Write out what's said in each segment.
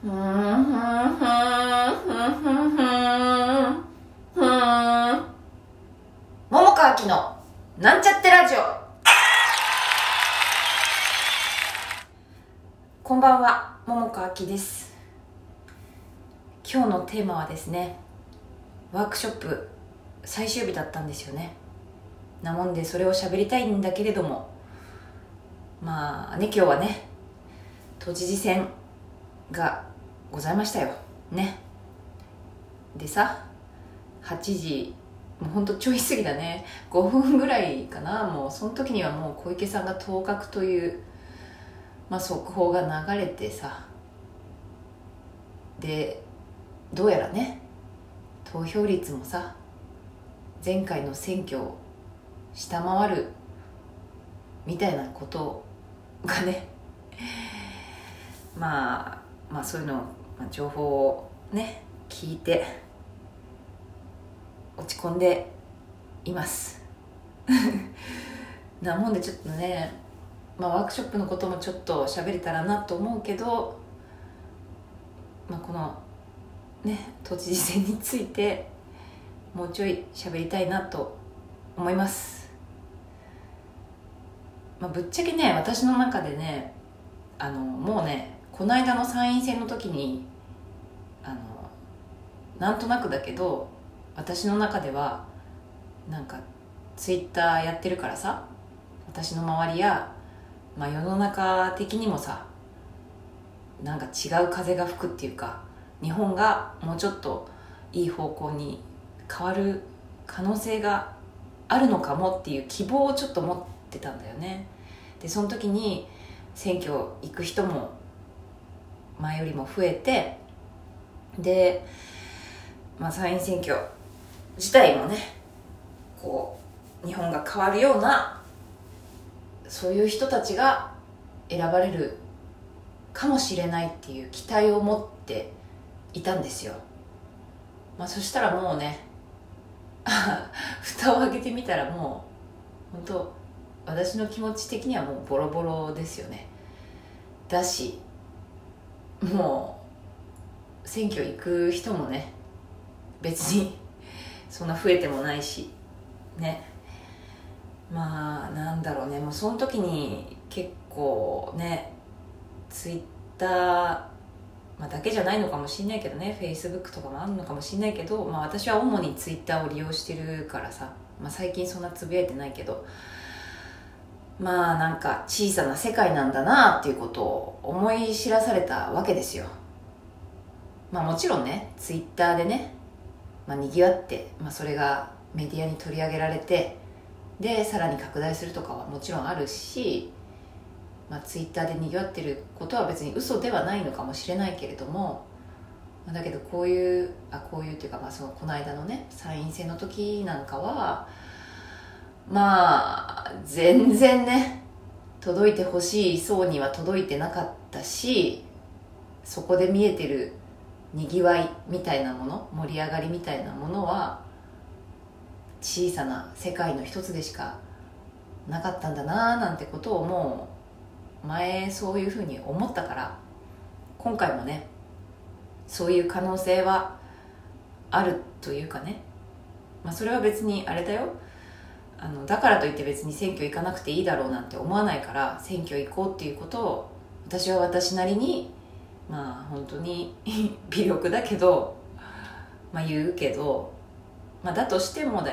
ふんふんふんふんふんふん桃川きのなんちゃってラジオ。こんばんは、桃川きです。今日のテーマはですね、ワークショップ最終日だったんですよね。なもんでそれを喋りたいんだけれども、まあね、今日はね都知事選がございましたよね。でさ、8時もうほんとちょい過ぎだね、5分ぐらいかな。もうその時にはもう小池さんが当確という、速報が流れてさ、でどうやらね投票率もさ前回の選挙を下回るみたいなことがねそういうの、情報をね聞いて落ち込んでいますなもんでちょっとね、ワークショップのこともちょっと喋れたらなと思うけど、このね都知事選についてもうちょい喋りたいなと思います。ぶっちゃけね、私の中でねもうね、この間の参院選の時になんとなくだけど私の中ではなんかツイッターやってるからさ、私の周りや、世の中的にもさ、なんか違う風が吹くっていうか、日本がもうちょっといい方向に変わる可能性があるのかもっていう希望をちょっと持ってたんだよね。でその時に選挙行く人も前よりも増えて、で、参院選挙自体もねこう日本が変わるような、そういう人たちが選ばれるかもしれないっていう期待を持っていたんですよ。そしたらもうね蓋を開けてみたら、もう本当私の気持ち的にはもうボロボロですよね。だし、もう選挙行く人もね別にそんな増えてもないしね。なんだろうね、もうその時に結構ねツイッター、だけじゃないのかもしれないけどね、フェイスブックとかもあるのかもしれないけど、私は主にツイッターを利用してるからさ、最近そんなつぶやいてないけど、なんか小さな世界なんだなっていうことを思い知らされたわけですよ。もちろんねツイッターでね、にぎわって、それがメディアに取り上げられて、でさらに拡大するとかはもちろんあるし、ツイッターでにぎわってることは別に嘘ではないのかもしれないけれども、だけどこういうっていうか、この間のね参院選の時なんかは全然ね届いてほしい層には届いてなかったし、そこで見えてるにぎわいみたいなもの、盛り上がりみたいなものは小さな世界の一つでしかなかったんだななんてことをもう前そういうふうに思ったから、今回もねそういう可能性はあるというかね、それは別にあれだよ、だからといって別に選挙行かなくていいだろうなんて思わないから、選挙行こうっていうことを私は私なりに本当に微力だけど言うけど、だとしても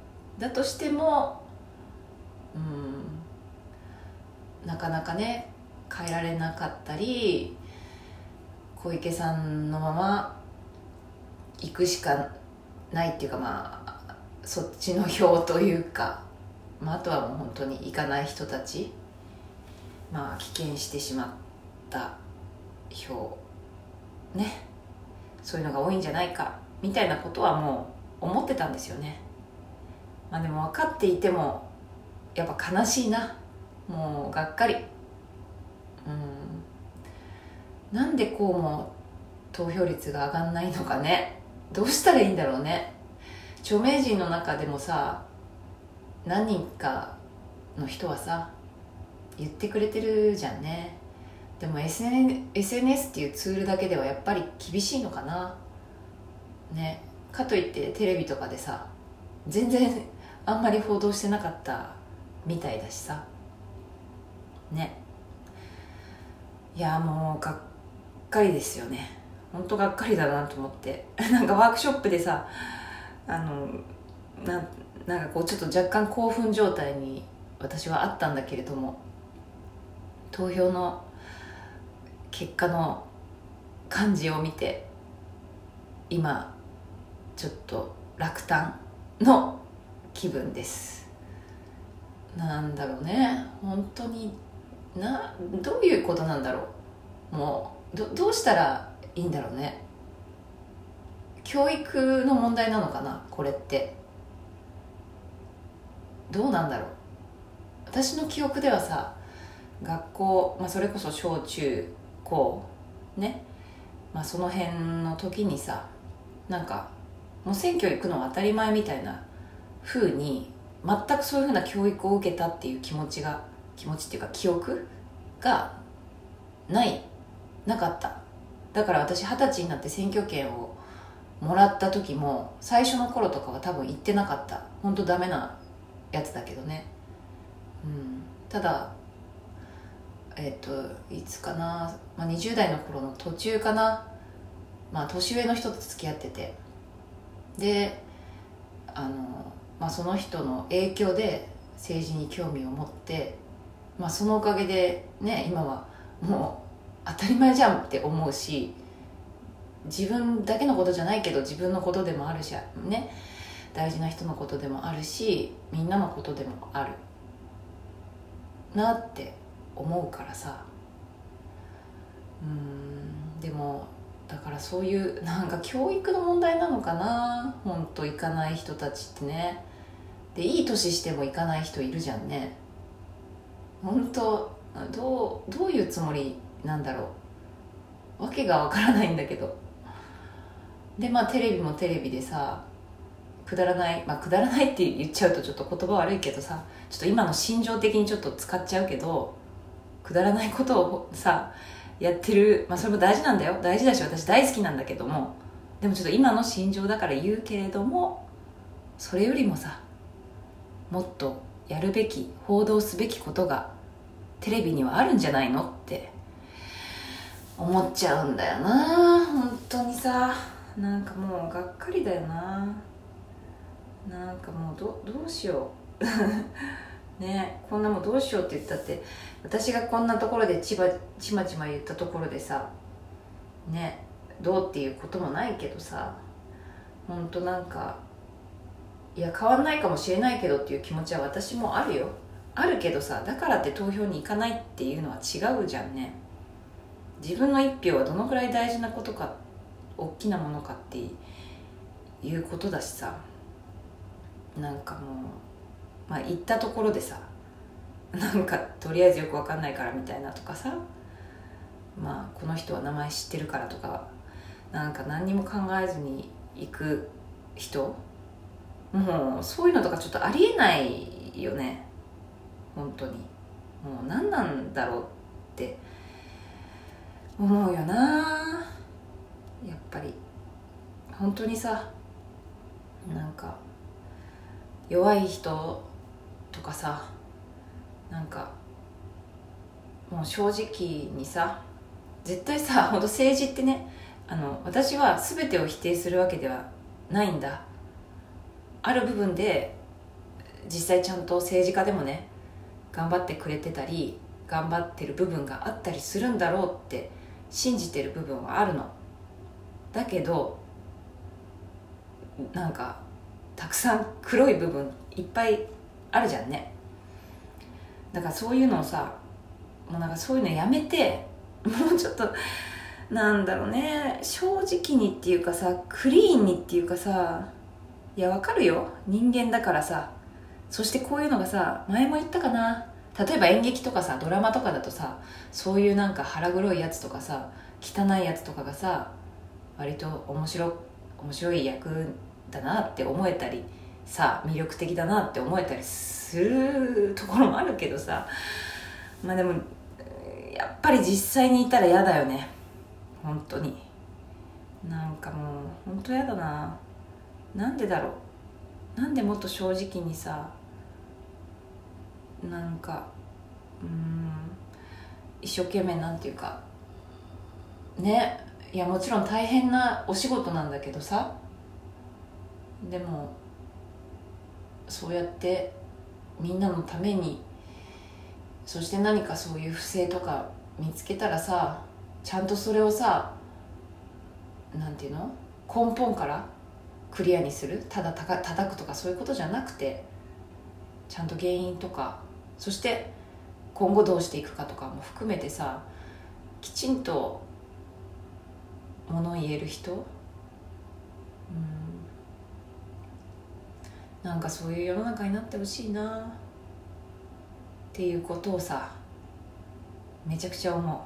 なかなかね変えられなかったり、小池さんのまま行くしかないっていうか、そっちの票というか、あとはもう本当に行かない人たち、棄権してしまった票ね、そういうのが多いんじゃないかみたいなことはもう思ってたんですよね。でも分かっていてもやっぱ悲しいな、もうがっかり。なんでこうも投票率が上がんないのかね、どうしたらいいんだろうね。著名人の中でもさ、何人かの人はさ言ってくれてるじゃんね。 でも SNS っていうツールだけではやっぱり厳しいのかなね。かといってテレビとかでさ全然あんまり報道してなかったみたいだしさね。いやもうがっかりですよね。ほんとがっかりだなと思ってなんかワークショップでさなんかこうちょっと若干興奮状態に私はあったんだけれども、投票の結果の感じを見て今ちょっと落胆の気分です。なんだろうね、本当にどういうことなんだろう。もうどうしたらいいんだろうね。教育の問題なのかなこれって。どうなんだろう。私の記憶ではさ、学校、それこそ小中高ね、その辺の時にさ、なんかもう選挙行くのは当たり前みたいな風に、全くそういう風な教育を受けたっていう気持ちっていうか記憶がなかった。だから私20歳になって選挙権をもらった時も最初の頃とかは多分行ってなかった。本当ダメなやつだけどね。ただいつかな、20代の頃の途中かな、年上の人と付き合ってて、でその人の影響で政治に興味を持って、そのおかげでね今はもう当たり前じゃんって思うし、自分だけのことじゃないけど自分のことでもあるしね、大事な人のことでもあるし、みんなのことでもあるなって思うからさ。でもだからそういうなんか教育の問題なのかな、本当行かない人たちってね。でいい年しても行かない人いるじゃんね。本当どういうつもりなんだろう、わけがわからないんだけど。でテレビもテレビでさ、くだらない、くだらないって言っちゃうとちょっと言葉悪いけどさ、ちょっと今の心情的にちょっと使っちゃうけど、くだらないことをさやってる、それも大事なんだよ、大事だし私大好きなんだけども、でもちょっと今の心情だから言うけれども、それよりもさもっとやるべき、報道すべきことがテレビにはあるんじゃないのって思っちゃうんだよな。本当にさ、なんかもうがっかりだよな。なんかもうどうしようね。こんなもんどうしようって言ったって、私がこんなところでちまちま言ったところでさね、どうっていうこともないけどさ、ほんとなんか、いや変わんないかもしれないけどっていう気持ちは私もあるよ。あるけどさ、だからって投票に行かないっていうのは違うじゃんね。自分の一票はどのくらい大事なことか、大きなものかっていうことだしさ、なんかもう行ったところでさ、なんかとりあえずよくわかんないからみたいなとかさ、この人は名前知ってるからとか、なんか何にも考えずに行く人、もうそういうのとかちょっとありえないよね。本当にもう何なんだろうって思うよな。やっぱり本当にさ、なんか弱い人とかさ、なんかもう正直にさ、絶対さ、本当政治ってね、私は全てを否定するわけではないんだ。ある部分で実際ちゃんと政治家でもね頑張ってくれてたり、頑張ってる部分があったりするんだろうって信じてる部分はあるの。だけどなんかたくさん黒い部分いっぱいあるじゃんね。だからそういうのをさ、もうなんかそういうのやめて、もうちょっとなんだろうね、正直にっていうかさ、クリーンにっていうかさ、いやわかるよ、人間だからさ。そしてこういうのがさ、前も言ったかな、例えば演劇とかさドラマとかだとさ、そういうなんか腹黒いやつとかさ汚いやつとかがさ、割と面白い役だなって思えたりさ、魅力的だなって思えたりするところもあるけどさ、でもやっぱり実際にいたら嫌だよね、本当に。なんかもう本当嫌だな。なんでだろう。なんでもっと正直にさ、なんか一生懸命なんていうかね、いやもちろん大変なお仕事なんだけどさ、でもそうやってみんなのために、そして何かそういう不正とか見つけたらさ、ちゃんとそれをさ、なんていうの、根本からクリアにする。ただ叩くとかそういうことじゃなくて、ちゃんと原因とか、そして今後どうしていくかとかも含めてさ、きちんと物を言える人、なんかそういう世の中になってほしいなっていうことをさ、めちゃくちゃ思う。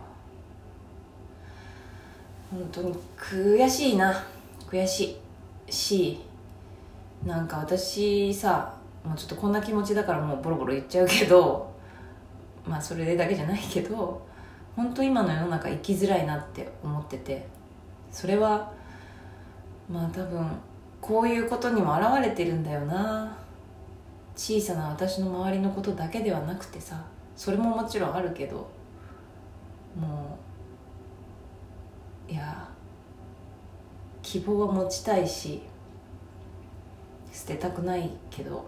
本当に悔しいな。悔しいし、なんか私さ、もうちょっとこんな気持ちだからもうボロボロ言っちゃうけど、まあそれだけじゃないけど、本当今の世の中生きづらいなって思ってて、それはまあ多分こういうことにも表れてるんだよな。小さな私の周りのことだけではなくてさ、それももちろんあるけど、もういや希望は持ちたいし捨てたくないけど、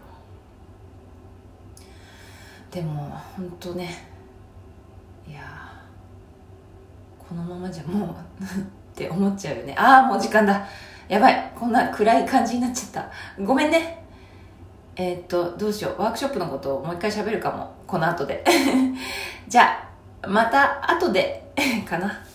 でも本当ね、いやこのままじゃもうって思っちゃうよね。ああもう時間だ、やばい、こんな暗い感じになっちゃった、ごめんね。どうしよう、ワークショップのことをもう一回喋るかも、この後でじゃあまた後でかな。